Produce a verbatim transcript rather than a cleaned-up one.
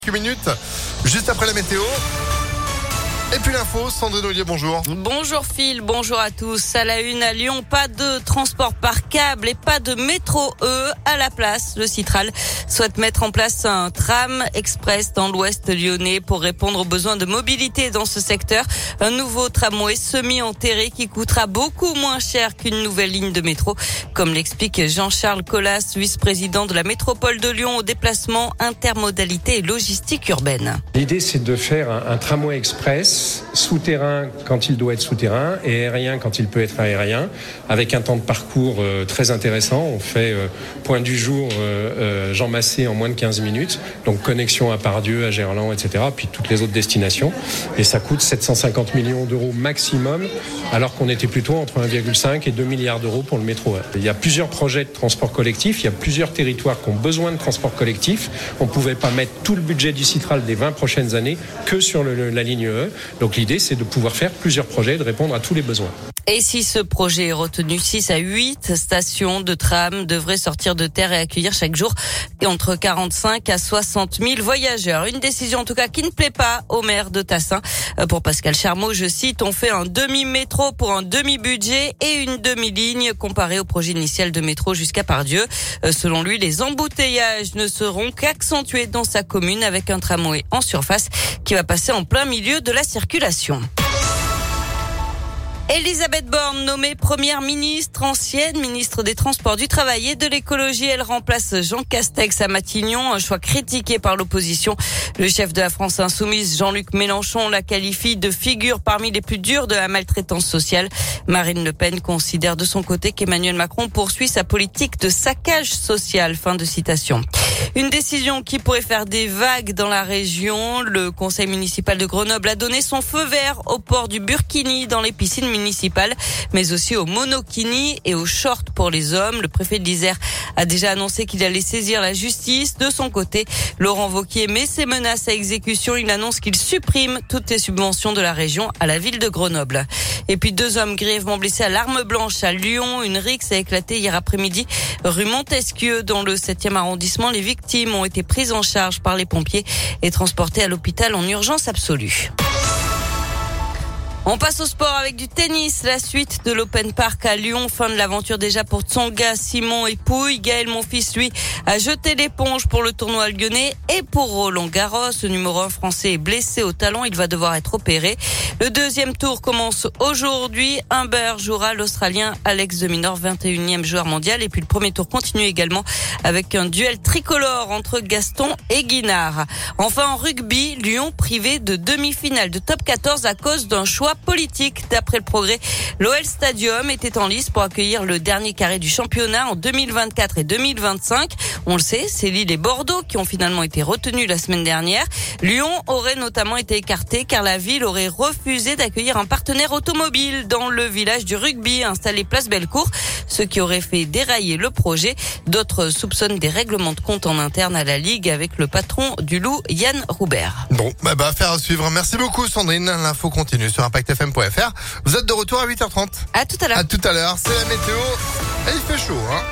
Quelques minutes, juste après la météo. Et puis l'info, Sandrine Ollier, bonjour. Bonjour Phil, bonjour à tous. À la une à Lyon, pas de transport par câble et pas de métro E. À la place, le Citral souhaite mettre en place un tram express dans l'ouest lyonnais pour répondre aux besoins de mobilité dans ce secteur. Un nouveau tramway semi-enterré qui coûtera beaucoup moins cher qu'une nouvelle ligne de métro, comme l'explique Jean-Charles Collas, vice-président de la métropole de Lyon au déplacement intermodalité et logistique urbaine. L'idée, c'est de faire un, un tramway express souterrain quand il doit être souterrain et aérien quand il peut être aérien, avec un temps de parcours euh, très intéressant. On fait euh, point du jour euh, euh, Jean Massé en moins de quinze minutes, donc connexion à Pardieu, à Gerland, et cetera, puis toutes les autres destinations. Et ça coûte sept cent cinquante millions d'euros maximum, alors qu'on était plutôt entre un virgule cinq et deux milliards d'euros pour le métro. Il y a plusieurs projets de transport collectif, il y a plusieurs territoires qui ont besoin de transport collectif. On ne pouvait pas mettre tout le budget du Citral des vingt prochaines années que sur le, la ligne E. Donc l'idée, c'est de pouvoir faire plusieurs projets et de répondre à tous les besoins. Et si ce projet est retenu, six à huit stations de tram devraient sortir de terre et accueillir chaque jour entre quarante-cinq à soixante mille voyageurs. Une décision en tout cas qui ne plaît pas au maire de Tassin. Pour Pascal Charmeau, je cite, on fait un demi-métro pour un demi-budget et une demi-ligne comparé au projet initial de métro jusqu'à Pardieu. Selon lui, les embouteillages ne seront qu'accentués dans sa commune avec un tramway en surface qui va passer en plein milieu de la circulation. Elisabeth Borne, nommée première ministre, ancienne ministre des Transports, du Travail et de l'Écologie. Elle remplace Jean Castex à Matignon, un choix critiqué par l'opposition. Le chef de la France insoumise, Jean-Luc Mélenchon, la qualifie de figure parmi les plus dures de la maltraitance sociale. Marine Le Pen considère de son côté qu'Emmanuel Macron poursuit sa politique de saccage social. Fin de citation. Une décision qui pourrait faire des vagues dans la région. Le conseil municipal de Grenoble a donné son feu vert au port du burkini dans les piscines municipales, mais aussi au monokini et aux shorts pour les hommes. Le préfet de l'Isère a déjà annoncé qu'il allait saisir la justice. De son côté, Laurent Wauquiez met ses menaces à exécution. Il annonce qu'il supprime toutes les subventions de la région à la ville de Grenoble. Et puis deux hommes grièvement blessés à l'arme blanche à Lyon. Une rixe a éclaté hier après-midi rue Montesquieu dans le septième arrondissement. Les victimes ont été prises en charge par les pompiers et transportées à l'hôpital en urgence absolue. On passe au sport avec du tennis. La suite de l'Open Park à Lyon. Fin de l'aventure déjà pour Tsonga, Simon et Pouille. Gaël Monfils, lui, a jeté l'éponge pour le tournoi lyonnais et pour Roland Garros. Le numéro un français est blessé au talon. Il va devoir être opéré. Le deuxième tour commence aujourd'hui. Humber jouera l'Australien Alex de Minaur, vingt et unième joueur mondial. Et puis le premier tour continue également avec un duel tricolore entre Gaston et Guinard. Enfin en rugby, Lyon privé de demi-finale de top quatorze à cause d'un choix politique. D'après le Progrès, l'O L Stadium était en lice pour accueillir le dernier carré du championnat en deux mille vingt-quatre et deux mille vingt-cinq. On le sait, c'est Lille et Bordeaux qui ont finalement été retenus la semaine dernière. Lyon aurait notamment été écarté car la ville aurait refusé d'accueillir un partenaire automobile dans le village du rugby installé place Bellecour, ce qui aurait fait dérailler le projet. D'autres soupçonnent des règlements de compte en interne à la Ligue avec le patron du Loup, Yann Roubert. Bon, bah, bah affaire à suivre. Merci beaucoup Sandrine. L'info continue sur impact f m point f r. Vous êtes de retour à huit heures trente. À tout à l'heure. À tout à l'heure. C'est la météo. Et il fait chaud, hein.